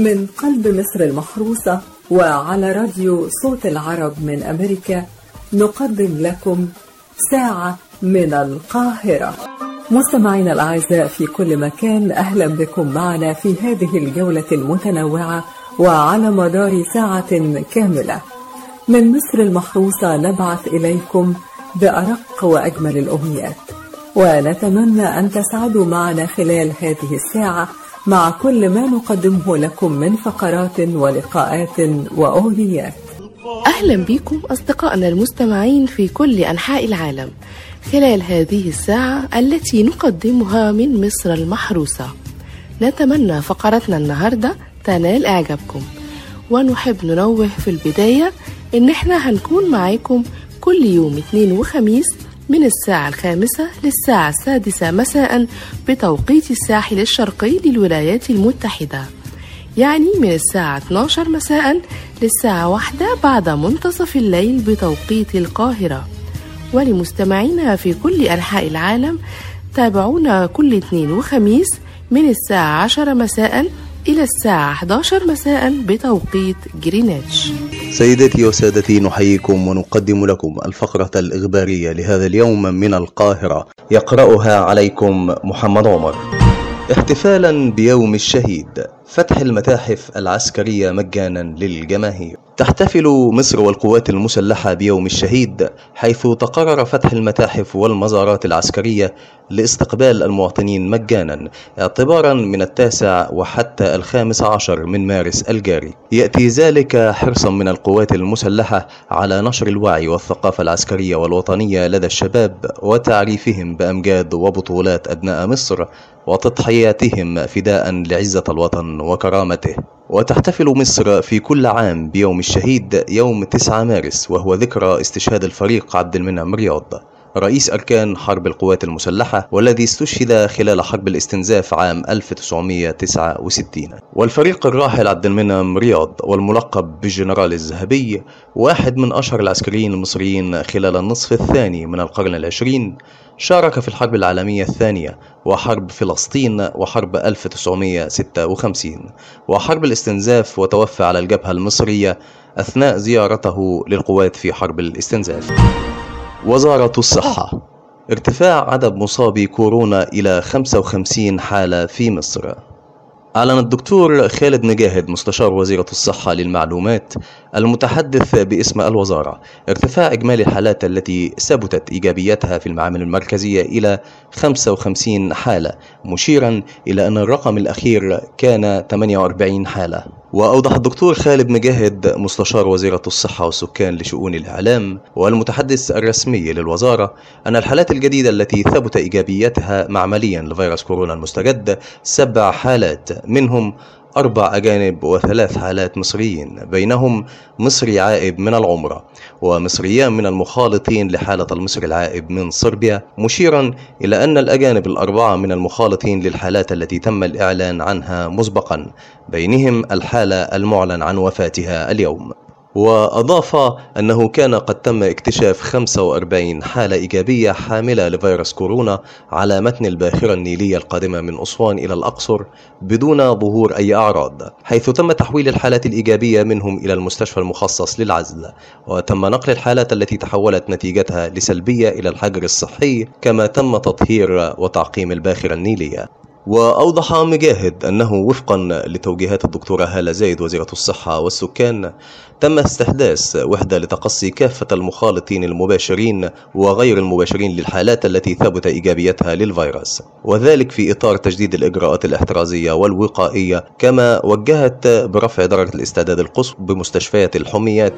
من قلب مصر المحروسة وعلى راديو صوت العرب من أمريكا نقدم لكم ساعة من القاهرة. مستمعينا الأعزاء في كل مكان، أهلا بكم معنا في هذه الجولة المتنوعة وعلى مدار ساعة كاملة من مصر المحروسة نبعث إليكم بأرق وأجمل الأمنيات، ونتمنى أن تسعدوا معنا خلال هذه الساعة مع كل ما نقدمه لكم من فقرات ولقاءات وأغنيات. أهلا بكم أصدقائنا المستمعين في كل أنحاء العالم خلال هذه الساعة التي نقدمها من مصر المحروسة. نتمنى فقرتنا النهاردة تنال إعجابكم، ونحب ننوه في البداية إن احنا هنكون معاكم كل يوم اثنين وخميس من الساعة 5 للساعة 6 مساء بتوقيت الساحل الشرقي للولايات المتحدة، يعني من الساعة 12 مساء للساعة 1 بعد منتصف الليل بتوقيت القاهرة. ولمستمعينا في كل أنحاء العالم تابعونا كل اثنين وخميس من الساعة 10 مساء إلى الساعة 11 مساء بتوقيت جرينتش. سيداتي وسادتي، نحييكم ونقدم لكم الفقرة الإخبارية لهذا اليوم من القاهرة، يقرأها عليكم محمد عمر. احتفالا بيوم الشهيد، فتح المتاحف العسكرية مجانا للجماهير. تحتفل مصر والقوات المسلحة بيوم الشهيد، حيث تقرر فتح المتاحف والمزارات العسكرية لاستقبال المواطنين مجانا اعتبارا من 9 وحتى 15 من مارس الجاري. يأتي ذلك حرصا من القوات المسلحة على نشر الوعي والثقافة العسكرية والوطنية لدى الشباب، وتعريفهم بأمجاد وبطولات أبناء مصر وتضحياتهم فداء لعزة الوطن وكرامته. وتحتفل مصر في كل عام بيوم الشهيد يوم 9 مارس، وهو ذكرى استشهاد الفريق عبد المنعم رياض رئيس أركان حرب القوات المسلحة، والذي استشهد خلال حرب الاستنزاف عام 1969. والفريق الراحل عبد المنعم رياض والملقب بالجنرال الذهبي واحد من أشهر العسكريين المصريين خلال النصف الثاني من القرن العشرين، شارك في الحرب العالمية الثانية وحرب فلسطين وحرب 1956 وحرب الاستنزاف، وتوفى على الجبهة المصرية أثناء زيارته للقوات في حرب الاستنزاف. وزارة الصحة، ارتفاع عدد مصابي كورونا إلى 55 حالة في مصر. أعلن الدكتور خالد مجاهد مستشار وزيرة الصحة للمعلومات المتحدث باسم الوزارة ارتفاع إجمالي الحالات التي ثبتت إيجابيتها في المعامل المركزية إلى 55 حالة، مشيرا إلى أن الرقم الأخير كان 48 حالة. وأوضح الدكتور خالد مجاهد مستشار وزيرة الصحة والسكان لشؤون الإعلام والمتحدث الرسمي للوزارة أن الحالات الجديدة التي ثبت إيجابيتها معمليا لفيروس كورونا المستجد 7 حالات، منهم 4 أجانب و3 حالات مصريين، بينهم مصري عائب من العمرة ومصريان من المخالطين لحالة المصري العائب من صربيا، مشيرا إلى أن الأجانب ال4 من المخالطين للحالات التي تم الإعلان عنها مسبقا، بينهم الحالة المعلن عن وفاتها اليوم. وأضاف أنه كان قد تم اكتشاف 45 حالة إيجابية حاملة لفيروس كورونا على متن الباخرة النيلية القادمة من أسوان إلى الأقصر بدون ظهور أي أعراض، حيث تم تحويل الحالات الإيجابية منهم إلى المستشفى المخصص للعزل، وتم نقل الحالات التي تحولت نتيجتها لسلبية إلى الحجر الصحي، كما تم تطهير وتعقيم الباخرة النيلية. وأوضح مجاهد أنه وفقا لتوجيهات الدكتورة هالة زايد وزيرة الصحة والسكان تم استحداث وحدة لتقصي كافة المخالطين المباشرين وغير المباشرين للحالات التي ثبت إيجابيتها للفيروس، وذلك في إطار تجديد الإجراءات الاحترازية والوقائية، كما وجهت برفع درجة الاستعداد القصوى بمستشفيات الحميات،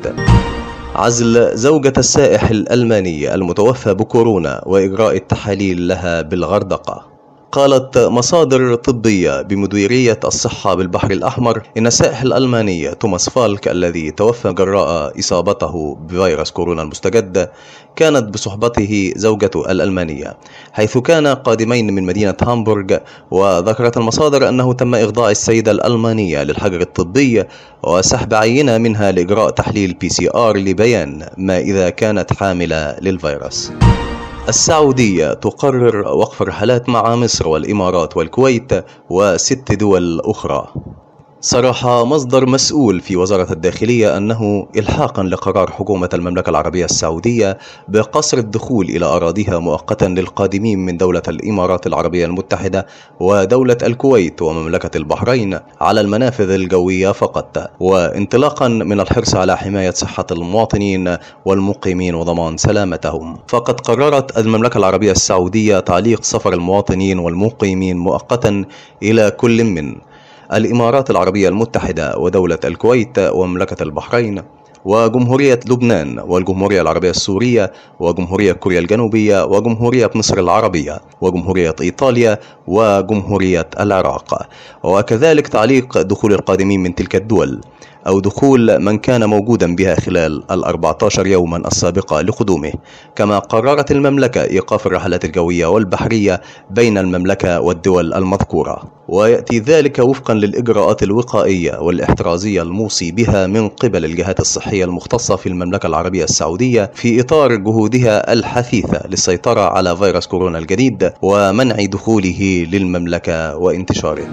عزل زوجة السائح الألماني المتوفى بكورونا وإجراء التحاليل لها بالغردقة. قالت مصادر طبية بمديرية الصحة بالبحر الأحمر إن السائح الألماني توماس فالك الذي توفى جراء إصابته بفيروس كورونا المستجد كانت بصحبته زوجته الألمانية، حيث كان قادمين من مدينة هامبورغ. وذكرت المصادر أنه تم إخضاع السيدة الألمانية للحجر الطبي وسحب عينة منها لإجراء تحليل PCR لبيان ما إذا كانت حاملة للفيروس. السعودية تقرر وقف الرحلات مع مصر والإمارات والكويت و6 دول أخرى. صرح مصدر مسؤول في وزارة الداخلية أنه إلحاقا لقرار حكومة المملكة العربية السعودية بقصر الدخول إلى أراضيها مؤقتا للقادمين من دولة الإمارات العربية المتحدة ودولة الكويت ومملكة البحرين على المنافذ الجوية فقط، وانطلاقا من الحرص على حماية صحة المواطنين والمقيمين وضمان سلامتهم، فقد قررت المملكة العربية السعودية تعليق سفر المواطنين والمقيمين مؤقتا إلى كل من الإمارات العربية المتحدة ودولة الكويت ومملكة البحرين وجمهورية لبنان والجمهورية العربية السورية وجمهورية كوريا الجنوبية وجمهورية مصر العربية وجمهورية إيطاليا وجمهورية العراق، وكذلك تعليق دخول القادمين من تلك الدول أو دخول من كان موجودا بها خلال 14 يوما السابقة لقدومه. كما قررت المملكة إيقاف الرحلات الجوية والبحرية بين المملكة والدول المذكورة، ويأتي ذلك وفقا للإجراءات الوقائية والاحترازية الموصي بها من قبل الجهات الصحية المختصة في المملكة العربية السعودية في إطار جهودها الحثيثة للسيطرة على فيروس كورونا الجديد ومنع دخوله للمملكة وانتشاره.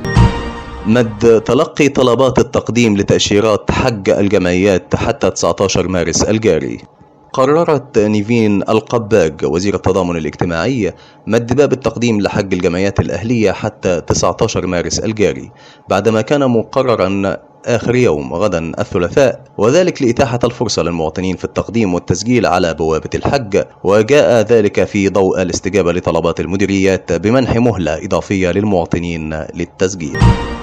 مد تلقي طلبات التقديم لتأشيرات حج الجمعيات حتى 19 مارس الجاري. قررت نيفين القباج وزير التضامن الاجتماعي مد باب التقديم لحج الجمعيات الأهلية حتى 19 مارس الجاري، بعدما كان مقررا آخر يوم غدا الثلاثاء، وذلك لإتاحة الفرصة للمواطنين في التقديم والتسجيل على بوابة الحج، وجاء ذلك في ضوء الاستجابة لطلبات المديريات بمنح مهلة إضافية للمواطنين للتسجيل.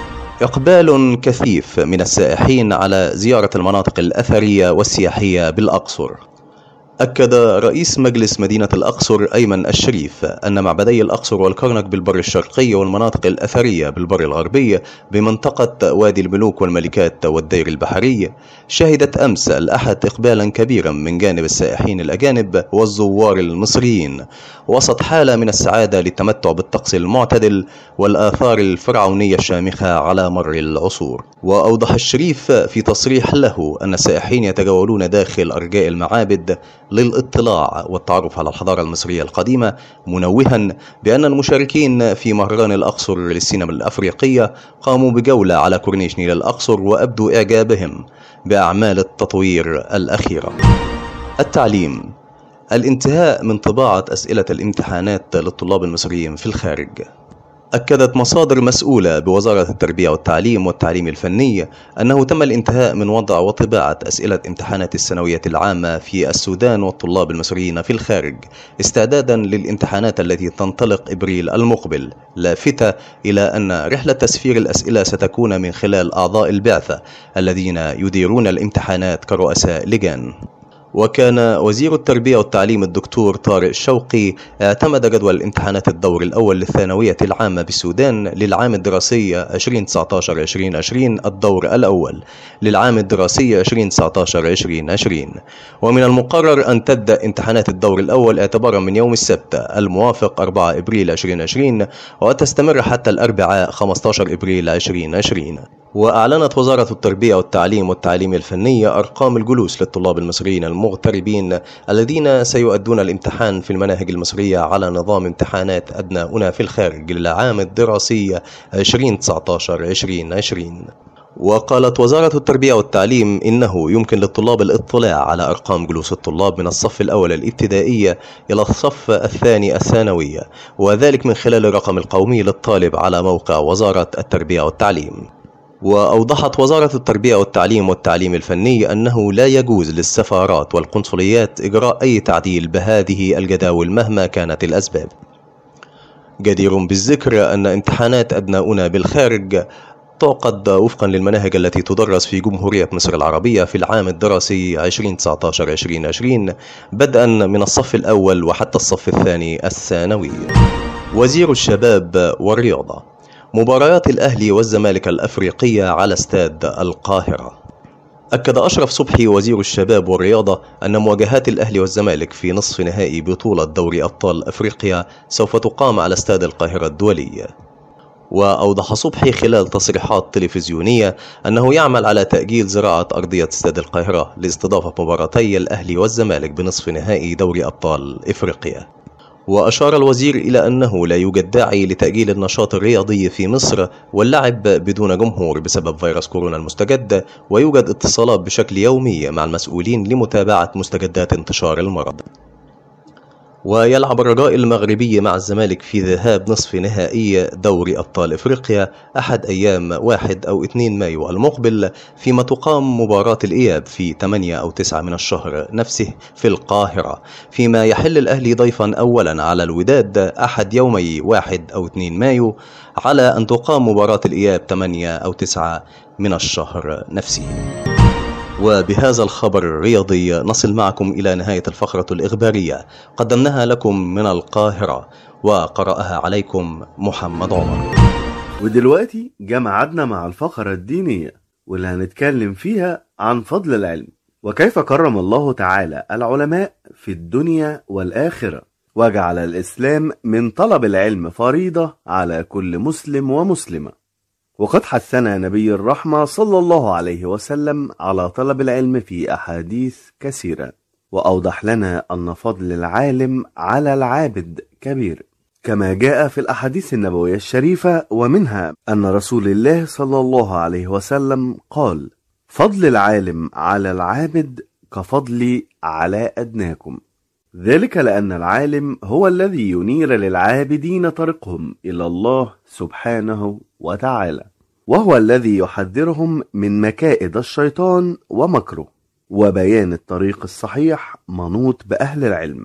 إقبال كثيف من السائحين على زيارة المناطق الأثرية والسياحية بالأقصر. أكد رئيس مجلس مدينة الأقصر أيمن الشريف أن معبدي الأقصر والكرنك بالبر الشرقي والمناطق الأثرية بالبر الغربي بمنطقة وادي الملوك والملكات والدير البحري شهدت أمس الأحد إقبالا كبيرا من جانب السائحين الأجانب والزوار المصريين، وسط حالة من السعادة للتمتع بالطقس المعتدل والآثار الفرعونية الشامخة على مر العصور. وأوضح الشريف في تصريح له أن السائحين يتجولون داخل أرجاء المعابد للاطلاع والتعرف على الحضارة المصرية القديمة، منوها بأن المشاركين في مهرجان الأقصر للسينما الأفريقية قاموا بجولة على كورنيش نيل الأقصر وأبدوا إعجابهم بأعمال التطوير الأخيرة. التعليم. الانتهاء من طباعة أسئلة الامتحانات للطلاب المصريين في الخارج. أكدت مصادر مسؤولة بوزارة التربية والتعليم والتعليم الفني أنه تم الانتهاء من وضع وطباعة أسئلة امتحانات الثانوية العامة في السودان والطلاب المصريين في الخارج استعدادا للامتحانات التي تنطلق إبريل المقبل، لافتة إلى أن رحلة تسفير الأسئلة ستكون من خلال أعضاء البعثة الذين يديرون الامتحانات كرؤساء لجان. وكان وزير التربية والتعليم الدكتور طارق الشوقي اعتمد جدول الامتحانات الدور الأول للثانوية العامة بالسودان للعام الدراسي 2019-2020 الدور الأول للعام الدراسي 2019-2020، ومن المقرر أن تبدأ امتحانات الدور الأول اعتبارا من يوم السبت الموافق 4 إبريل 2020 وتستمر حتى الأربعاء 15 إبريل 2020. وأعلنت وزارة التربية والتعليم والتعليم الفني أرقام الجلوس للطلاب المصريين المغتربين الذين سيؤدون الامتحان في المناهج المصرية على نظام امتحانات أبناؤنا في الخارج للعام الدراسي 2019-2020. وقالت وزارة التربية والتعليم إنه يمكن للطلاب الاطلاع على أرقام جلوس الطلاب من الصف الأول الابتدائي إلى الصف الثاني الثانوية، وذلك من خلال الرقم القومي للطالب على موقع وزارة التربية والتعليم. وأوضحت وزارة التربية والتعليم والتعليم الفني أنه لا يجوز للسفارات والقنصليات إجراء أي تعديل بهذه الجداول مهما كانت الأسباب. جدير بالذكر أن امتحانات أبناؤنا بالخارج تعقد وفقا للمناهج التي تدرس في جمهورية مصر العربية في العام الدراسي 2019-2020 بدءا من الصف الأول وحتى الصف الثاني الثانوي. وزير الشباب والرياضة. مباريات الأهلي والزمالك الأفريقية على استاد القاهرة. أكد أشرف صبحي وزير الشباب والرياضة أن مواجهات الأهلي والزمالك في نصف نهائي بطولة دوري أبطال أفريقيا سوف تقام على استاد القاهرة الدولي. وأوضح صبحي خلال تصريحات تلفزيونية أنه يعمل على تأجيل زراعة أرضية استاد القاهرة لاستضافة مباراتي الأهلي والزمالك بنصف نهائي دوري أبطال أفريقيا. وأشار الوزير إلى أنه لا يوجد داعي لتأجيل النشاط الرياضي في مصر واللعب بدون جمهور بسبب فيروس كورونا المستجد، ويوجد اتصالات بشكل يومي مع المسؤولين لمتابعة مستجدات انتشار المرض. ويلعب الرجاء المغربي مع الزمالك في ذهاب نصف نهائي دوري أبطال إفريقيا أحد أيام 1 أو 2 مايو المقبل، فيما تقام مباراة الإياب في 8 أو 9 من الشهر نفسه في القاهرة، فيما يحل الأهلي ضيفا أولا على الوداد أحد يومي 1 أو 2 مايو، على أن تقام مباراة الإياب 8 أو 9 من الشهر نفسه. وبهذا الخبر الرياضي نصل معكم إلى نهاية الفقرة الإخبارية قدمناها لكم من القاهرة، وقرأها عليكم محمد عمر. ودلوقتي جمعنا مع الفقرة الدينية واللي هنتكلم فيها عن فضل العلم وكيف كرم الله تعالى العلماء في الدنيا والآخرة، وجعل الإسلام من طلب العلم فريضة على كل مسلم ومسلمة. وقد حثنا نبي الرحمة صلى الله عليه وسلم على طلب العلم في أحاديث كثيرة، وأوضح لنا أن فضل العالم على العابد كبير، كما جاء في الأحاديث النبوية الشريفة، ومنها أن رسول الله صلى الله عليه وسلم قال: فضل العالم على العابد كفضلي على أدناكم، ذلك لأن العالم هو الذي ينير للعابدين طريقهم إلى الله سبحانه وتعالى، وهو الذي يحذرهم من مكائد الشيطان ومكره، وبيان الطريق الصحيح منوط بأهل العلم.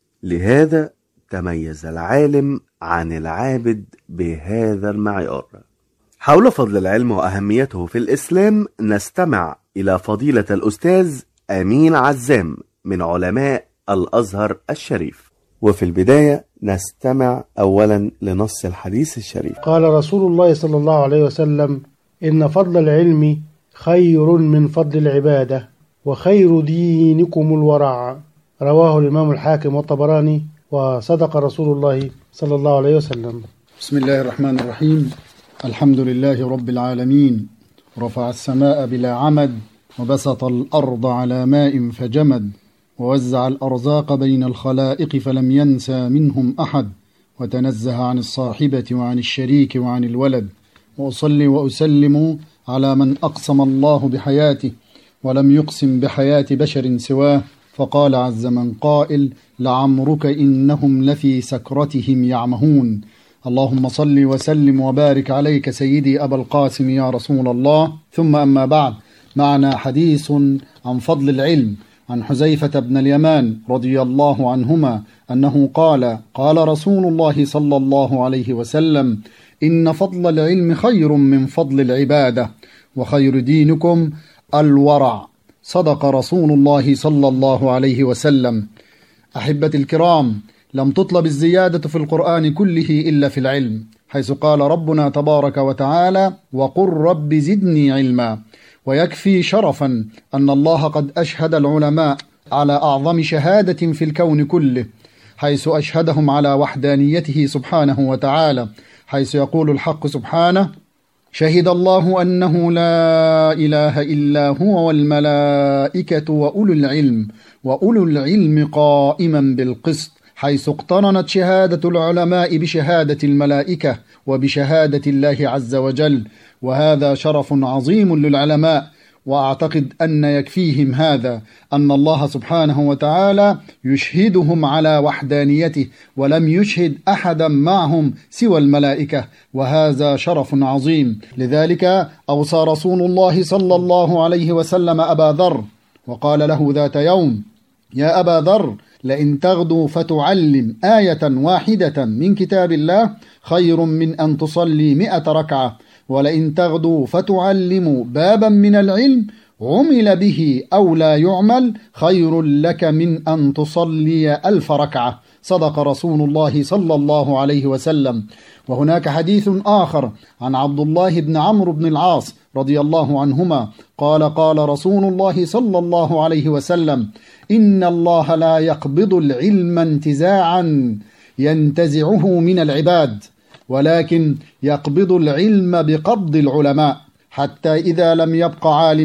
لهذا تميز العالم عن العابد بهذا المعيار. حول فضل العلم وأهميته في الإسلام نستمع إلى فضيلة الأستاذ أمين عزام من علماء الأزهر الشريف. وفي البداية نستمع أولا لنص الحديث الشريف. قال رسول الله صلى الله عليه وسلم: إن فضل العلم خير من فضل العبادة، وخير دينكم الورع. رواه الإمام الحاكم والطبراني، وصدق رسول الله صلى الله عليه وسلم. بسم الله الرحمن الرحيم. الحمد لله رب العالمين، رفع السماء بلا عمد، وبسط الأرض على ماء فجمد، ووزع الأرزاق بين الخلائق فلم ينسى منهم أحد، وتنزه عن الصاحبة وعن الشريك وعن الولد، وأصلي وأسلم على من أقسم الله بحياته ولم يقسم بحياة بشر سواه، فقال عز من قائل: لعمرك إنهم لفي سكرتهم يعمهون. اللهم صل وسلم وبارك عليك سيدي أبا القاسم يا رسول الله. ثم أما بعد، معنا حديث عن فضل العلم عن حذيفة بن اليمان رضي الله عنهما أنه قال: قال رسول الله صلى الله عليه وسلم: إن فضل العلم خير من فضل العبادة، وخير دينكم الورع. صدق رسول الله صلى الله عليه وسلم. أحبتي الكرام، لم تطلب الزيادة في القرآن كله إلا في العلم، حيث قال ربنا تبارك وتعالى: وقل رب زدني علما. ويكفي شرفا أن الله قد أشهد العلماء على أعظم شهادة في الكون كله، حيث أشهدهم على وحدانيته سبحانه وتعالى، حيث يقول الحق سبحانه: شهد الله أنه لا إله إلا هو والملائكة وأولو العلم قائما بالقسط، حيث اقترنت شهادة العلماء بشهادة الملائكة وبشهادة الله عز وجل، وهذا شرف عظيم للعلماء. وأعتقد أن يكفيهم هذا أن الله سبحانه وتعالى يشهدهم على وحدانيته، ولم يشهد أحدا معهم سوى الملائكة، وهذا شرف عظيم. لذلك أوصى رسول الله صلى الله عليه وسلم أبا ذر، وقال له ذات يوم: يا أبا ذر، لئن تغدو فتعلم آية واحدة من كتاب الله خير من أن تصلي 100 ركعة، ولئن تغدو فتعلم بابا من العلم عمل به أو لا يعمل خير لك من أن تصلي 1000 ركعة. صدق رسول الله صلى الله عليه وسلم. وهناك حديث آخر عن عبد الله بن عمرو بن العاص رضي الله عنهما قال: قال رسول الله صلى الله عليه وسلم: إن الله لا يقبض العلم انتزاعا ينتزعه من العباد، ولكن يقبض العلم بقبض العلماء، حتى إذا لم يبق عالما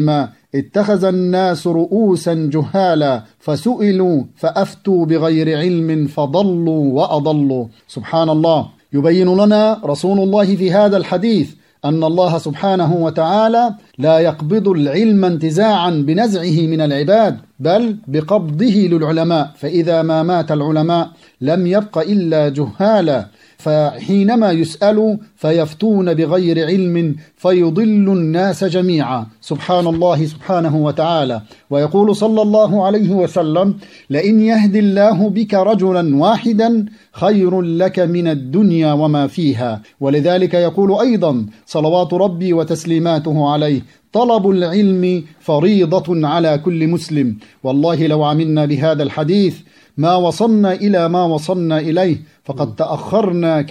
اتخذ الناس رؤوسا جهالا فسئلوا فأفتوا بغير علم فضلوا وأضلوا. سبحان الله. يبين لنا رسول الله في هذا الحديث أن الله سبحانه وتعالى لا يقبض العلم انتزاعا بنزعه من العباد، بل بقبضه للعلماء، فإذا ما مات العلماء لم يبق إلا جهالا، فحينما يسألوا فيفتون بغير علم فيضل الناس جميعا. سبحان الله سبحانه وتعالى. ويقول صلى الله عليه وسلم: لئن يهدي الله بك رجلا واحدا خير لك من الدنيا وما فيها. ولذلك يقول أيضا صلوات ربي وتسليماته عليه: طلب العلم فريضة على كل مسلم. والله لو عملنا بهذا الحديث ما وصلنا إلى ما وصلنا إليه، فقد تأخرنا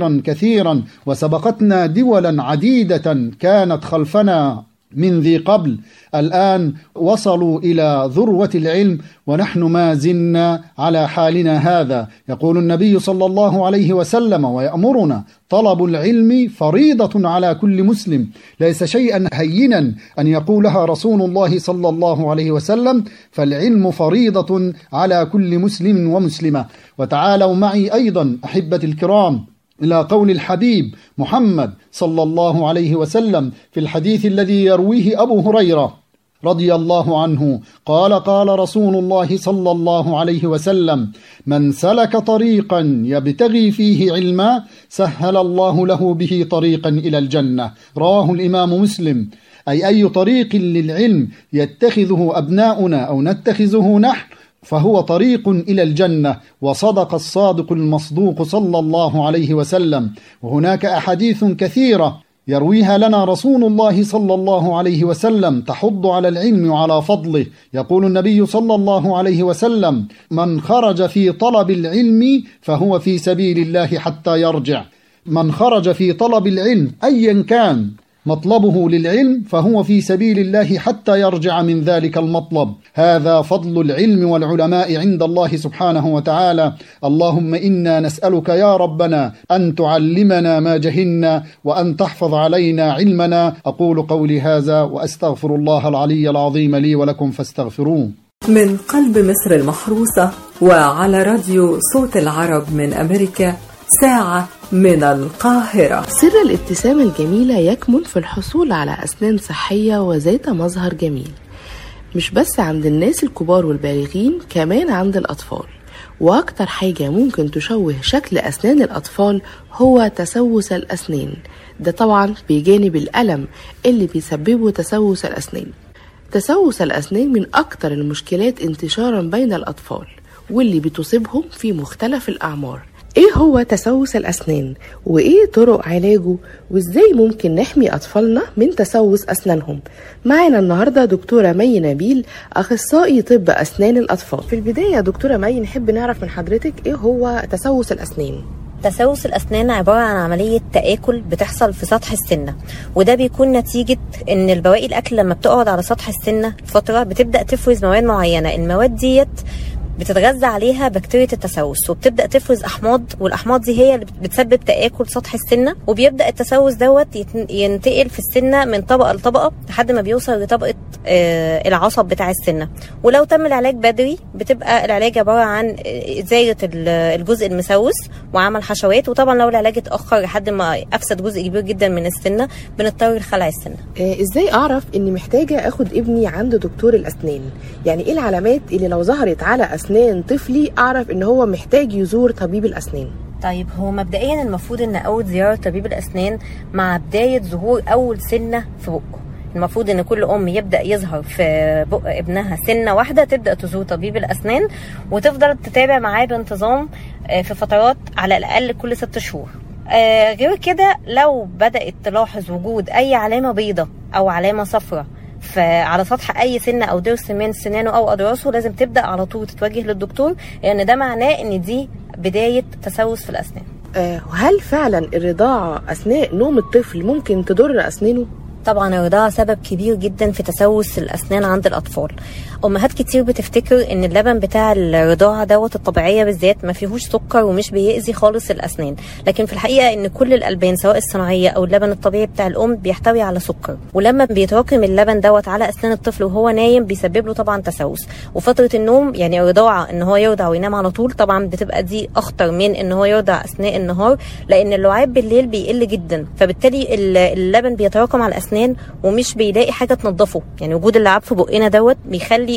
كثيرا وسبقتنا دولا عديدة كانت خلفنا من ذي قبل، الآن وصلوا إلى ذروة العلم ونحن ما زلنا على حالنا هذا. يقول النبي صلى الله عليه وسلم ويأمرنا: طلب العلم فريضة على كل مسلم. ليس شيئا هينا أن يقولها رسول الله صلى الله عليه وسلم، فالعلم فريضة على كل مسلم ومسلمة. وتعالوا معي أيضا أحبتي الكرام إلى قول الحبيب محمد صلى الله عليه وسلم في الحديث الذي يرويه أبو هريرة رضي الله عنه قال: قال رسول الله صلى الله عليه وسلم: من سلك طريقا يبتغي فيه علما سهل الله له به طريقا إلى الجنة. رواه الإمام مسلم. أي طريق للعلم يتخذه أبناؤنا أو نتخذه نحن فهو طريق إلى الجنة. وصدق الصادق المصدوق صلى الله عليه وسلم. وهناك أحاديث كثيرة يرويها لنا رسول الله صلى الله عليه وسلم تحض على العلم وعلى فضله. يقول النبي صلى الله عليه وسلم: من خرج في طلب العلم فهو في سبيل الله حتى يرجع. من خرج في طلب العلم أيا كان مطلبه للعلم فهو في سبيل الله حتى يرجع من ذلك المطلب. هذا فضل العلم والعلماء عند الله سبحانه وتعالى. اللهم إنا نسألك يا ربنا أن تعلمنا ما جهلنا وأن تحفظ علينا علمنا. أقول قولي هذا وأستغفر الله العلي العظيم لي ولكم فاستغفروه. من قلب مصر المحروسة وعلى راديو صوت العرب من أمريكا، ساعة من القاهرة. سر الابتسامة الجميلة يكمن في الحصول على أسنان صحية وذات مظهر جميل، مش بس عند الناس الكبار والبالغين، كمان عند الأطفال. وأكتر حاجة ممكن تشوه شكل أسنان الأطفال هو تسوس الأسنان، ده طبعا بجانب الألم اللي بيسببه تسوس الأسنان. تسوس الأسنان من أكتر المشكلات انتشارا بين الأطفال واللي بتصيبهم في مختلف الأعمار. ايه هو تسوس الأسنان وايه طرق علاجه وازاي ممكن نحمي أطفالنا من تسوس أسنانهم؟ معنا النهاردة دكتورة مي نبيل، أخصائي طب أسنان الأطفال. في البداية يا دكتورة مي نحب نعرف من حضرتك ايه هو تسوس الأسنان؟ تسوس الأسنان عبارة عن عملية تآكل بتحصل في سطح السنة، وده بيكون نتيجة ان البواقي الأكل لما بتقعد على سطح السنة فترة بتبدأ تفرز مواد معينة. المواد ديت بتتغذى عليها بكتيريا التسوس وبتبدأ تفرز أحماض، والأحماض دي هي اللي بتسبب تآكل سطح السنة، وبيبدأ التسوس دوت ينتقل في السنة من طبقة لطبقة لحد ما بيوصل لطبقة العصب بتاع السنة. ولو تم العلاج بدري بتبقى العلاج عبارة عن إزالة الجزء المسوس وعمل حشوات. وطبعا لو العلاج اتأخر لحد ما أفسد جزء كبير جدا من السنة بنضطر لخلع السنة. إزاي أعرف إني محتاجة أخد ابني عند دكتور الأسنان؟ يعني إيه العلامات اللي لو ظهرت على أسنان طفلي أعرف إن هو محتاج يزور طبيب الأسنان؟ طيب هو مبدئيا المفروض إن أول زيارة طبيب الأسنان مع بداية ظهور أول سنة في بقه. المفروض ان كل ام يبدا يظهر في بق ابنها سنه واحده تبدا تزور طبيب الاسنان وتفضل تتابع معاه بانتظام في فترات على الاقل كل 6 شهور. غير كده لو بدات تلاحظ وجود اي علامه بيضاء او علامه صفراء على سطح اي سنه او ضرس من سنانه او اضراسه لازم تبدا على طول تتوجه للدكتور، لان ده معناه ان دي بدايه تسوس في الاسنان. هل فعلا الرضاعه اثناء نوم الطفل ممكن تضر اسنانه؟ طبعا الرضاعة سبب كبير جدا في تسوس الأسنان عند الأطفال. أمهات كتير بتفتكر إن اللبن بتاع الرضاعة دوت الطبيعية بالذات ما فيهوش سكر ومش بيأذي خالص الأسنان، لكن في الحقيقة إن كل الألبان سواء الصناعية أو اللبن الطبيعي بتاع الأم بيحتوي على سكر، ولما بيتراكم اللبن دوت على أسنان الطفل وهو نايم بيسبب له طبعا تسوس. وفترة النوم يعني الرضاعة إن هو يرضع وينام على طول طبعا بتبقى دي أخطر من إن هو يرضع أثناء النهار، لأن اللعاب بالليل بيقل جدا، فبالتالي اللبن بيتراكم على الأسنان ومش بيلاقي حاجه تنظفه. يعني وجود اللعاب في بقنا دوت بيخلي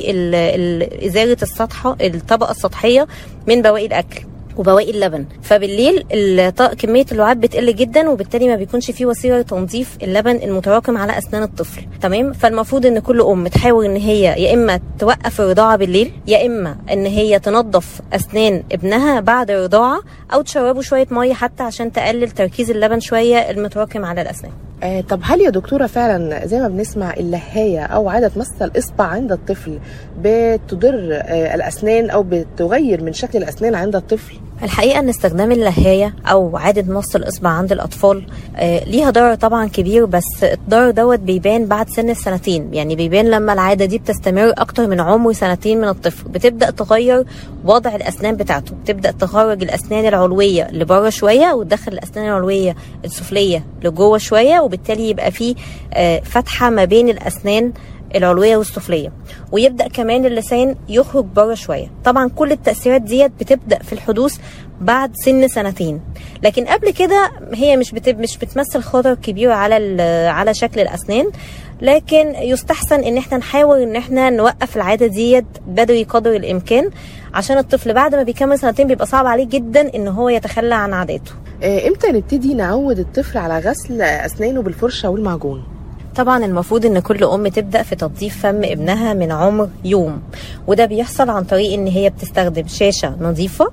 ازاله الطبقه السطحيه من بواقي الاكل وبواقي اللبن، فبالليل كميه اللعاب بتقل جدا، وبالتالي ما بيكونش فيه وسيله لتنظيف اللبن المتراكم على اسنان الطفل. تمام. فالمفروض ان كل ام تحاول ان هي يا اما توقف الرضاعه بالليل، يا اما ان هي تنظف اسنان ابنها بعد الرضاعه، او تشربه شويه ميه حتى عشان تقلل تركيز اللبن شويه المتراكم على الاسنان. طب هل يا دكتورة فعلا زي ما بنسمع اللهاية أو عادة مس الإصبع عند الطفل بتضر الأسنان أو بتغير من شكل الأسنان عند الطفل؟ الحقيقة ان استخدام اللهاية او عادة مص الاصبع عند الاطفال ليها ضرر طبعا كبير، بس الضرر دوت بيبان بعد سن السنتين. يعني بيبان لما العادة دي بتستمر اكتر من عمر سنتين من الطفل، بتبدأ تغير وضع الاسنان بتاعته، بتبدأ تخرج الاسنان العلوية لبره شوية وتدخل الاسنان العلوية السفلية لجوه شوية، وبالتالي يبقى فيه فتحة ما بين الاسنان العلوية والسفلية، ويبدأ كمان اللسان يخرج بره شوية. طبعا كل التأثيرات ديت بتبدأ في الحدوث بعد سن سنتين، لكن قبل كده هي مش بتمثل خطر كبير على شكل الأسنان، لكن يستحسن ان احنا نحاول ان احنا نوقف العادة ديت بدري قدر الامكان، عشان الطفل بعد ما بيكمل سنتين بيبقى صعب عليه جدا ان هو يتخلى عن عاداته. امتى نبتدي نعود الطفل على غسل اسنانه بالفرشة والمعجون؟ طبعا المفروض ان كل ام تبدأ في تنظيف فم ابنها من عمر يوم، وده بيحصل عن طريق ان هي بتستخدم شاشة نظيفة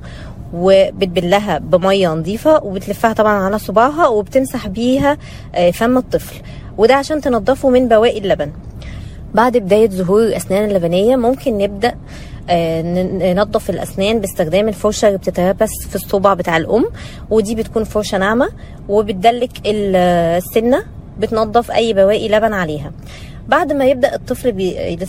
وبتبلها بمية نظيفة وبتلفها طبعا على صباعها وبتمسح بيها فم الطفل، وده عشان تنظفه من بواقي اللبن. بعد بداية ظهور الأسنان اللبنية ممكن نبدأ ننظف الأسنان باستخدام الفرشة اللي بتتلبس في الصبع بتاع الأم، ودي بتكون فرشة ناعمة وبتدلك السنة، بتنظف أي بواقي لبن عليها. بعد ما يبدأ الطفل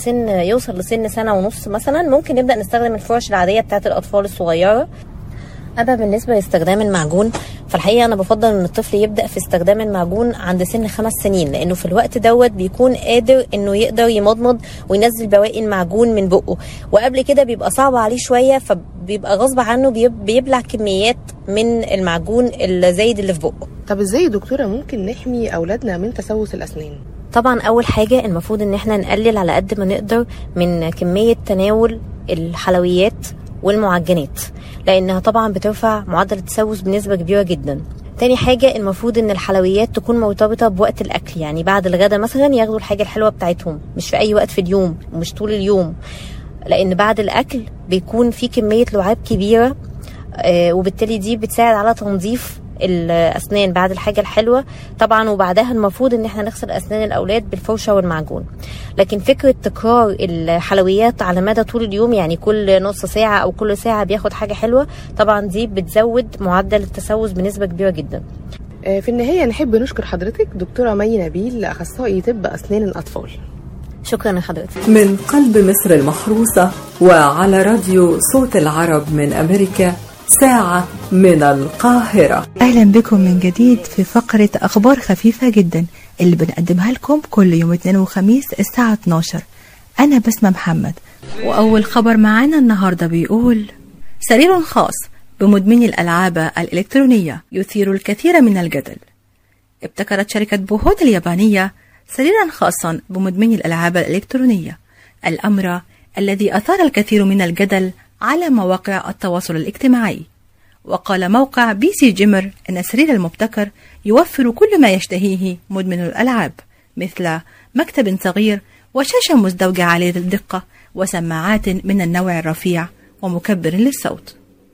يوصل لسن سنة ونص مثلا، ممكن نبدأ نستخدم الفرش العادية بتاعت الأطفال الصغيرة. أما بالنسبة لاستخدام المعجون، فالحقيقة أنا بفضل أن الطفل يبدأ في استخدام المعجون عند سن 5 سنين، لأنه في الوقت دوت بيكون قادر أنه يقدر يمضمض وينزل بواقي المعجون من بقه، وقبل كده بيبقى صعب عليه شوية، فبيبقى غصب عنه بيبلع كميات من المعجون الزايد اللي في بقه. طب إزاي يا دكتورة ممكن نحمي أولادنا من تسوس الأسنان؟ طبعا أول حاجة المفروض أن احنا نقلل على قد ما نقدر من كمية تناول الحلويات والمعجنات، لأنها طبعا بترفع معدل التسوس بنسبة كبيرة جدا. تاني حاجة المفروض ان الحلويات تكون مرتبطة بوقت الأكل، يعني بعد الغداء مثلا ياخدوا الحاجة الحلوة بتاعتهم، مش في أي وقت في اليوم ومش طول اليوم، لأن بعد الأكل بيكون في كمية لعاب كبيرة، وبالتالي دي بتساعد على تنظيف الأسنان بعد الحاجة الحلوة طبعا. وبعدها المفروض ان احنا نغسل أسنان الأولاد بالفرشة والمعجون. لكن فكرة تكرار الحلويات على مدى طول اليوم، يعني كل نص ساعة أو كل ساعة بياخد حاجة حلوة، طبعا دي بتزود معدل التسوس بنسبة كبيرة جدا. في النهاية نحب نشكر حضرتك دكتورة مي نبيل، أخصائي طب أسنان الأطفال. شكرا لحضرتك. من قلب مصر المحروسة وعلى راديو صوت العرب من أمريكا، ساعة من القاهرة. أهلا بكم من جديد في فقرة أخبار خفيفة جدا اللي بنقدمها لكم كل يوم اثنين وخميس الساعة 12. أنا بسمة محمد، وأول خبر معانا النهاردة بيقول: سرير خاص بمدمني الألعاب الإلكترونية يثير الكثير من الجدل. ابتكرت شركة بوهوت اليابانية سريرا خاصا بمدمني الألعاب الإلكترونية، الأمر الذي أثار الكثير من الجدل على مواقع التواصل الاجتماعي. وقال موقع بي سي جيمر أن السرير المبتكر يوفر كل ما يشتهيه مدمن الألعاب، مثل مكتب صغير وشاشة مزدوجة عالية الدقة وسماعات من النوع الرفيع ومكبر للصوت.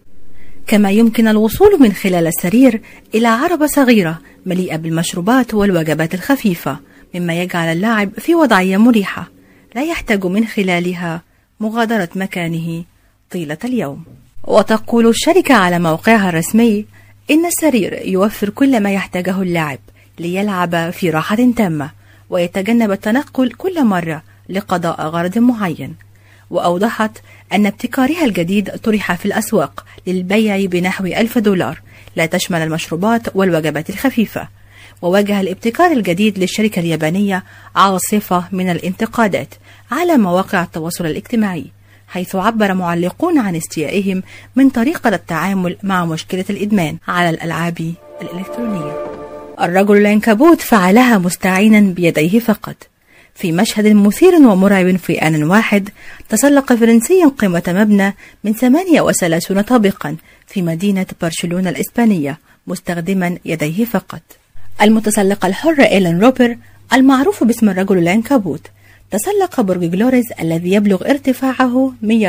كما يمكن الوصول من خلال السرير إلى عربة صغيرة مليئة بالمشروبات والوجبات الخفيفة، مما يجعل اللاعب في وضعية مريحة لا يحتاج من خلالها مغادرة مكانه طيلة اليوم. وتقول الشركة على موقعها الرسمي إن السرير يوفر كل ما يحتاجه اللاعب ليلعب في راحة تامة، ويتجنب التنقل كل مرة لقضاء غرض معين. وأوضحت أن ابتكارها الجديد طرح في الأسواق للبيع بنحو $1000، لا تشمل المشروبات والوجبات الخفيفة. وواجه الابتكار الجديد للشركة اليابانية عاصفة من الانتقادات على مواقع التواصل الاجتماعي، حيث عبر معلقون عن استيائهم من طريقة التعامل مع مشكلة الإدمان على الألعاب الإلكترونية. الرجل العنكبوت فعلها مستعينا بيديه فقط. في مشهد مثير ومرعب في آن واحد، تسلق فرنسي قمة مبنى من 38 طابقا في مدينة برشلونة الإسبانية مستخدما يديه فقط. المتسلق الحر إيلان روبر المعروف باسم الرجل العنكبوت تسلق برج جلوريز الذي يبلغ ارتفاعه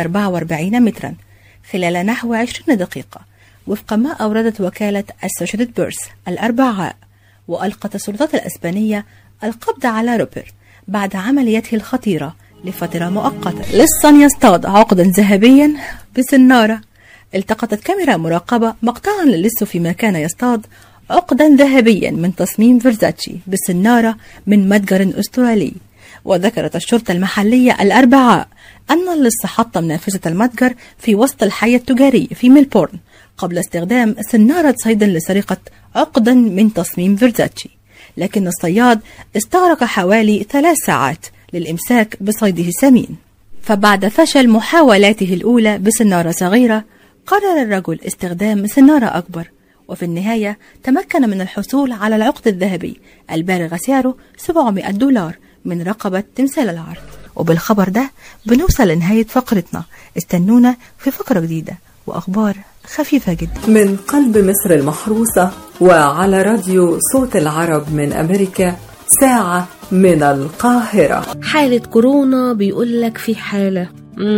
144 مترا خلال نحو 20 دقيقة، وفق ما أوردت وكالة أسوشيتد بيرس الأربعاء. وألقت السلطات الإسبانية القبض على روبر بعد عمليته الخطيرة لفترة مؤقتة. لصا يصطاد عقدا ذهبيا بسنارة. التقطت كاميرا مراقبة مقطعا للص فيما كان يصطاد عقدا ذهبيا من تصميم فيرزاتشي بسنارة من متجر أسترالي. وذكرت الشرطة المحلية الأربعاء أن اللص حطم نافذة المتجر في وسط الحي التجاري في ميلبورن قبل استخدام سنارة صيد لسرقة عقدا من تصميم فيرزاتشي، لكن الصياد استغرق حوالي 3 ساعات للإمساك بصيده الثمين. فبعد فشل محاولاته الأولى بسنارة صغيرة، قرر الرجل استخدام سنارة أكبر، وفي النهاية تمكن من الحصول على العقد الذهبي البالغ سعره $700 من رقبة تمثال العرض. وبالخبر ده بنوصل لنهاية فقرتنا. استنونا في فقرة جديدة وأخبار خفيفة جدا من قلب مصر المحروسة، وعلى راديو صوت العرب من أمريكا، ساعة من القاهرة. حالة كورونا بيقول لك في حالة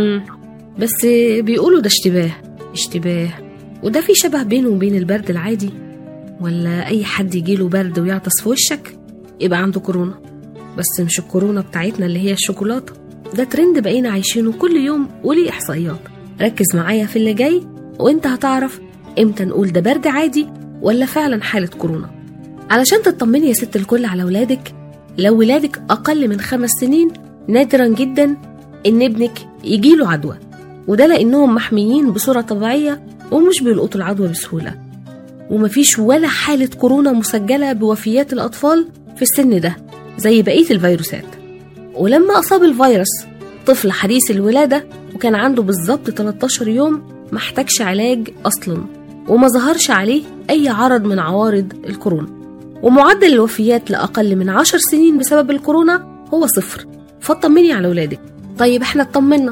بس بيقولوا ده اشتباه، وده في شبه بينه وبين البرد العادي، ولا أي حد يجيله برد ويعطس في وشك يبقى عنده كورونا. بس مش الكورونا بتاعتنا اللي هي الشوكولاتة، ده ترند بقينا عايشينه كل يوم وليه إحصائيات. ركز معايا في اللي جاي وانت هتعرف امتى نقول ده برد عادي ولا فعلا حالة كورونا. علشان تطمني يا ست الكل على ولادك، لو ولادك أقل من 5 سنين نادرا جدا إن ابنك يجيله عدوى، وده لأنهم محميين بصورة طبيعية ومش بيلقطوا العدوى بسهولة. ومفيش ولا حالة كورونا مسجلة بوفيات الأطفال في السن ده زي بقية الفيروسات. ولما أصاب الفيروس طفل حديث الولادة وكان عنده بالظبط 13 يوم ما احتاجش علاج أصلا، وما ظهرش عليه أي عرض من عوارض الكورونا. ومعدل الوفيات لأقل من 10 سنين بسبب الكورونا هو 0. فاطمني على ولادك. طيب احنا اطمنا.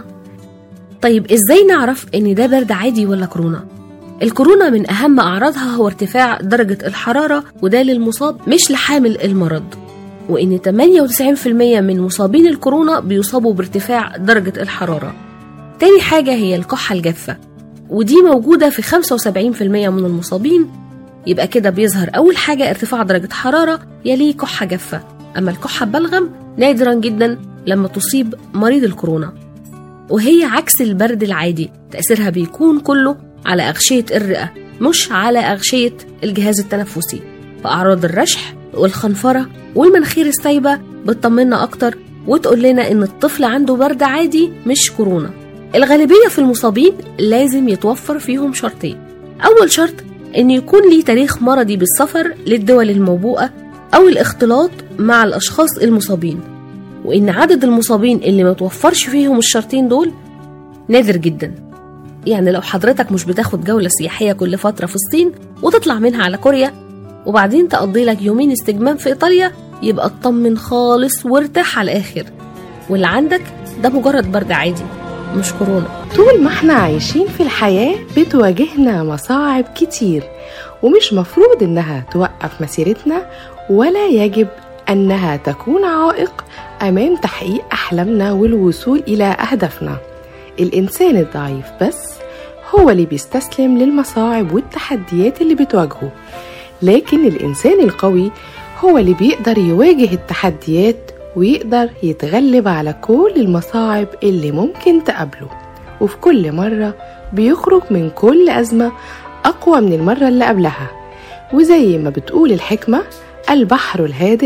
طيب ازاي نعرف ان ده برد عادي ولا كورونا؟ الكورونا من أهم أعراضها هو ارتفاع درجة الحرارة، وده للمصاب مش لحامل المرض. وإن 98% من مصابين الكورونا بيصابوا بارتفاع درجة الحرارة. تاني حاجة هي الكحة الجافة، ودي موجودة في 75% من المصابين. يبقى كده بيظهر أول حاجة ارتفاع درجة حرارة يليه كحة جافة. أما الكحة بلغم نادرا جدا لما تصيب مريض الكورونا، وهي عكس البرد العادي، تأثيرها بيكون كله على أغشية الرئة مش على أغشية الجهاز التنفسي. فأعراض الرشح والخنفرة والمناخير السايبة بتطمنا أكتر وتقول لنا إن الطفل عنده برد عادي مش كورونا. الغالبية في المصابين لازم يتوفر فيهم شرطين. أول شرط إن يكون ليه تاريخ مرضي بالسفر للدول الموبوءة أو الاختلاط مع الأشخاص المصابين، وإن عدد المصابين اللي ما توفرش فيهم الشرطين دول نادر جدا. يعني لو حضرتك مش بتاخد جولة سياحية كل فترة في الصين وتطلع منها على كوريا وبعدين تقضي لك يومين استجمام في إيطاليا، يبقى اطمن خالص وارتاح على الآخر، واللي عندك ده مجرد برد عادي مش كورونا. طول ما احنا عايشين في الحياة بتواجهنا مصاعب كتير، ومش مفروض انها توقف مسيرتنا ولا يجب انها تكون عائق امام تحقيق احلامنا والوصول الى اهدافنا. الانسان الضعيف بس هو اللي بيستسلم للمصاعب والتحديات اللي بتواجهه، لكن الانسان القوي هو اللي بيقدر يواجه التحديات ويقدر يتغلب على كل المصاعب اللي ممكن تقابله، وفي كل مرة بيخرج من كل أزمة أقوى من المرة اللي قبلها. وزي ما بتقول الحكمة: البحر الهادئ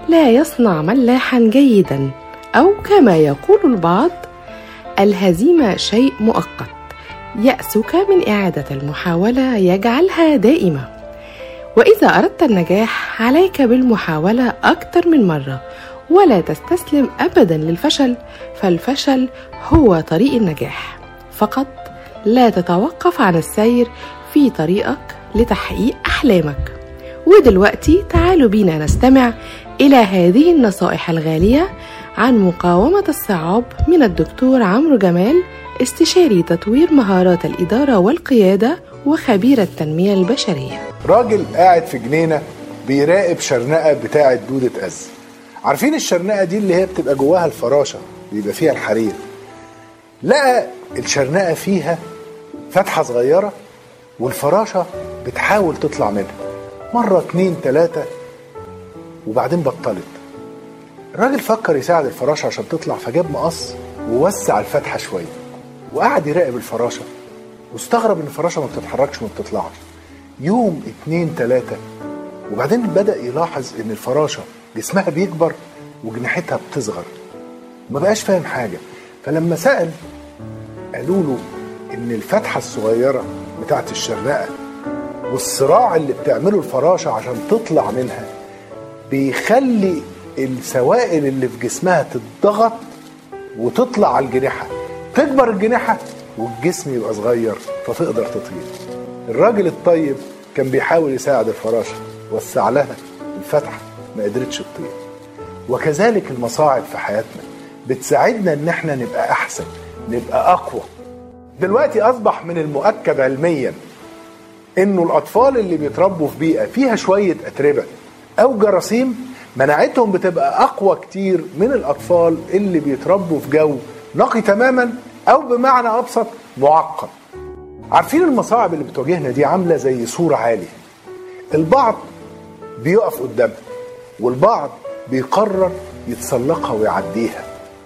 لا يصنع ملاحا جيدا، أو كما يقول البعض: الهزيمة شيء مؤقت، يأسك من إعادة المحاولة يجعلها دائمة. وإذا أردت النجاح عليك بالمحاولة أكثر من مرة، ولا تستسلم أبدا للفشل، فالفشل هو طريق النجاح. فقط لا تتوقف عن السير في طريقك لتحقيق أحلامك. ودلوقتي تعالوا بينا نستمع إلى هذه النصائح الغالية عن مقاومة الصعاب من الدكتور عمرو جمال، استشاري تطوير مهارات الإدارة والقيادة وخبير التنمية البشرية. راجل قاعد في جنينة بيراقب شرنقة بتاعة دودة أز. عارفين الشرنقة دي اللي هي بتبقى جواها الفراشة، بيبقى فيها الحرير. لقى الشرنقة فيها فتحة صغيرة والفراشة بتحاول تطلع منها مرة 2 3 وبعدين بطلت. الراجل فكر يساعد الفراشة عشان تطلع، فجاب مقص ووسع الفتحة شوية وقعد يراقب الفراشة، واستغرب ان الفراشة ما بتتحركش وما بتطلعش. يوم 2 3 وبعدين بدأ يلاحظ ان الفراشة جسمها بيكبر وجناحتها بتصغر، ما بقاش فاهم حاجة. فلما سأل قالوا له ان الفتحة الصغيرة بتاعت الشرنقة والصراع اللي بتعمله الفراشة عشان تطلع منها بيخلي السوائل اللي في جسمها تتضغط وتطلع على الجناحة، تكبر الجناحة والجسم يبقى صغير فتقدر تطير. الراجل الطيب كان بيحاول يساعد الفراشة، وسع لها الفتحة ما قدرتش تطير. وكذلك المصاعب في حياتنا بتساعدنا ان احنا نبقى احسن، نبقى اقوى. دلوقتي اصبح من المؤكد علميا انه الاطفال اللي بيتربوا في بيئة فيها شوية اتربة او جراثيم مناعتهم بتبقى اقوى كتير من الاطفال اللي بيتربوا في جو نقي تماما او بمعنى ابسط معقد. عارفين المصاعب اللي بتواجهنا دي عاملة زي سور عالي، البعض بيقف قدامها والبعض بيقرر يتسلقها ويعديها.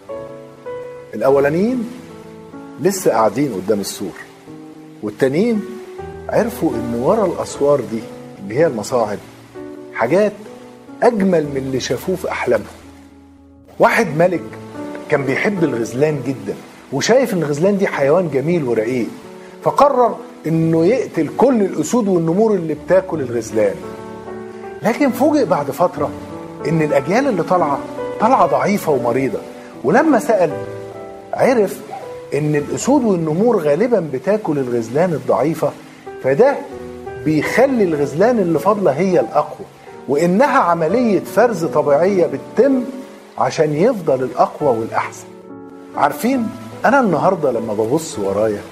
الاولانيين لسه قاعدين قدام السور، والتانيين عرفوا ان ورا الاسوار دي اللي هي المصاعب حاجات اجمل من اللي شافوه في احلامهم. واحد ملك كان بيحب الغزلان جدا وشايف ان الغزلان دي حيوان جميل ورقيق، فقرر انه يقتل كل الاسود والنمور اللي بتاكل الغزلان. لكن فوجئ بعد فترة ان الاجيال اللي طالعة ضعيفة ومريضة، ولما سأل عرف ان الاسود والنمور غالبا بتاكل الغزلان الضعيفة، فده بيخلي الغزلان اللي فاضلة هي الاقوى، وانها عملية فرز طبيعية بتتم عشان يفضل الاقوى والاحسن. عارفين انا النهاردة لما ببص ورايا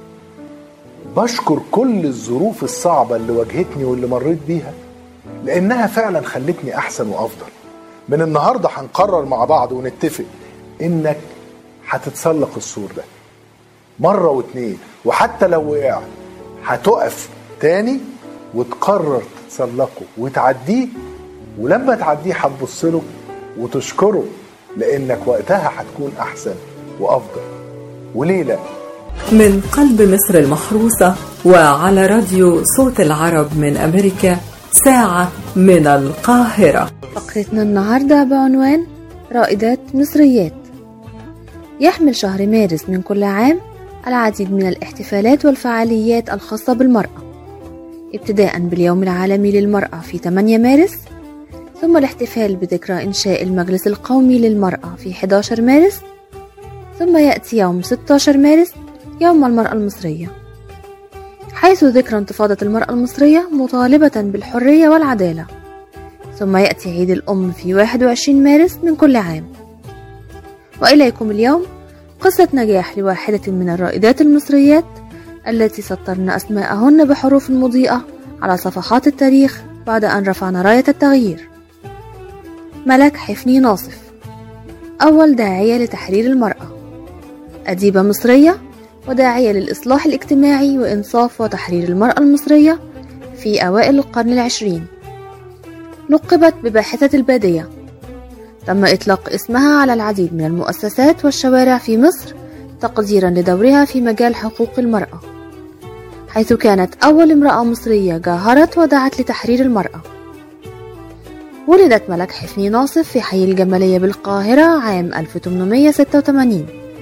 بشكر كل الظروف الصعبة اللي واجهتني واللي مريت بيها، لانها فعلا خلتني احسن وافضل. من النهاردة هنقرر مع بعض ونتفق انك هتتسلق السور ده مرة واتنين، وحتى لو وقع هتقف تاني وتقرر تتسلقه وتعديه، ولما تعديه هتبصله وتشكره لانك وقتها هتكون احسن وافضل. وليه لا؟ من قلب مصر المحروسة وعلى راديو صوت العرب من أمريكا، ساعة من القاهرة. فقرتنا النهاردة بعنوان رائدات مصريات. يحمل شهر مارس من كل عام العديد من الاحتفالات والفعاليات الخاصة بالمرأة، ابتداء باليوم العالمي للمرأة في 8 مارس، ثم الاحتفال بذكرى إنشاء المجلس القومي للمرأة في 11 مارس، ثم يأتي يوم 16 مارس يوم المرأة المصرية، حيث ذكرى انتفاضة المرأة المصرية مطالبة بالحرية والعدالة، ثم يأتي عيد الأم في 21 مارس من كل عام. وإليكم اليوم قصة نجاح لواحدة من الرائدات المصريات التي سطرن أسماءهن بحروف مضيئة على صفحات التاريخ بعد أن رفعن راية التغيير. ملك حفني ناصف، أول داعية لتحرير المرأة، أديبة مصرية وداعية للإصلاح الاجتماعي وإنصاف وتحرير المرأة المصرية في أوائل القرن العشرين. لقبت بباحثة البادية. تم إطلاق اسمها على العديد من المؤسسات والشوارع في مصر تقديرا لدورها في مجال حقوق المرأة، حيث كانت أول امرأة مصرية جاهرت ودعت لتحرير المرأة. ولدت ملك حفني ناصف في حي الجمالية بالقاهرة عام 1886،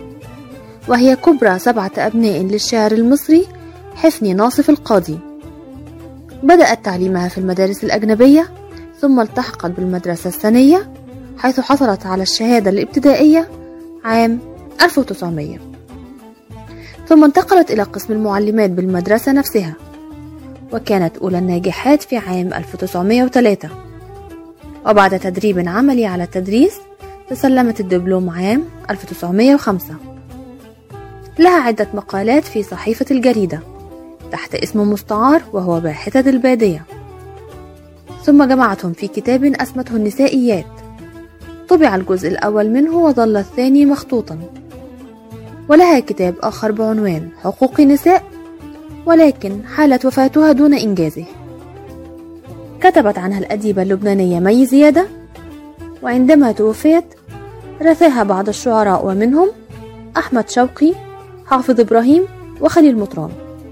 وهي كبرى 7 أبناء للشاعر المصري حفني ناصف القاضي. بدأت تعليمها في المدارس الأجنبية، ثم التحقت بالمدرسة الثانية حيث حصلت على الشهادة الابتدائية عام 1900، ثم انتقلت إلى قسم المعلمات بالمدرسة نفسها، وكانت أولى الناجحات في عام 1903. وبعد تدريب عملي على التدريس تسلمت الدبلوم عام 1905. لها عدة مقالات في صحيفة الجريدة تحت اسم مستعار وهو باحثة البادية، ثم جمعتهم في كتاب أسمته النسائيات. طبع الجزء الأول منه وظل الثاني مخطوطا. ولها كتاب آخر بعنوان حقوق النساء، ولكن حالت وفاتها دون إنجازه. كتبت عنها الأديبة اللبنانية مي زيادة، وعندما توفيت رثاها بعض الشعراء ومنهم أحمد شوقي، حافظ إبراهيم، وخليل مطران.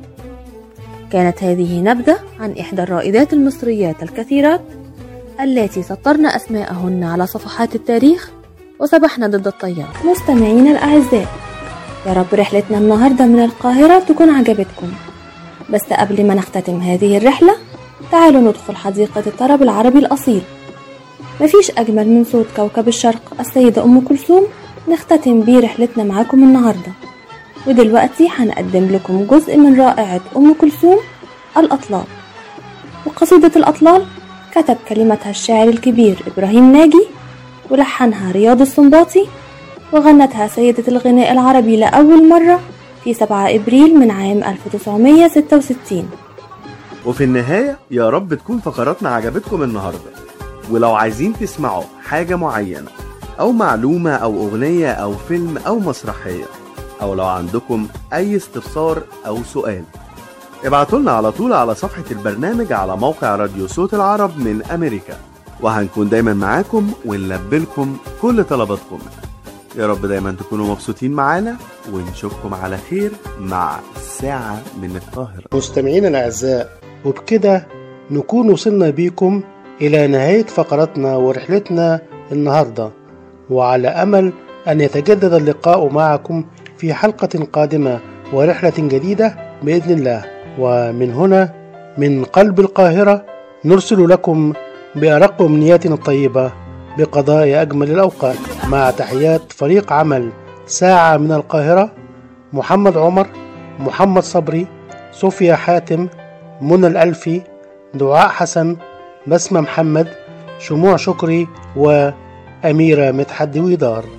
كانت هذه نبذة عن إحدى الرائدات المصريات الكثيرات التي سطرن أسماءهن على صفحات التاريخ وسبحن ضد التيار. مستمعين الأعزاء، يا رب رحلتنا النهاردة من القاهرة تكون عجبتكم. بس قبل ما نختتم هذه الرحلة تعالوا ندخل حديقة الطرب العربي الأصيل. مفيش أجمل من صوت كوكب الشرق السيدة أم كلثوم نختتم بيه رحلتنا معاكم النهاردة. ودلوقتي هنقدم لكم جزء من رائعة أم كلثوم، الأطلال. وقصيدة الأطلال كتب كلمتها الشاعر الكبير إبراهيم ناجي، ولحنها رياض السنباطي، وغنتها سيدة الغناء العربي لأول مرة في 7 إبريل من عام 1966. وفي النهاية يا رب تكون فقراتنا عجبتكم النهاردة. ولو عايزين تسمعوا حاجة معينة أو معلومة أو أغنية أو فيلم أو مسرحية، أو لو عندكم أي استفسار أو سؤال، ابعتولنا على طول على صفحة البرنامج على موقع راديو صوت العرب من أمريكا، وهنكون دايما معاكم ونلبلكم كل طلباتكم. يا رب دايما تكونوا مبسوطين معانا، ونشوفكم على خير مع ساعة من القاهرة. مستمعين الأعزاء، وبكده نكون وصلنا بيكم إلى نهاية فقرتنا ورحلتنا النهاردة، وعلى أمل أن يتجدد اللقاء معكم في حلقة قادمة ورحلة جديدة بإذن الله. ومن هنا من قلب القاهرة نرسل لكم بأرق أمنياتنا الطيبة بقضاء أجمل الأوقات، مع تحيات فريق عمل ساعة من القاهرة: محمد عمر، محمد صبري، صوفيا حاتم، منى الألفي، دعاء حسن، بسمة محمد، شموع شكري، وأميرة مدحت دويدار.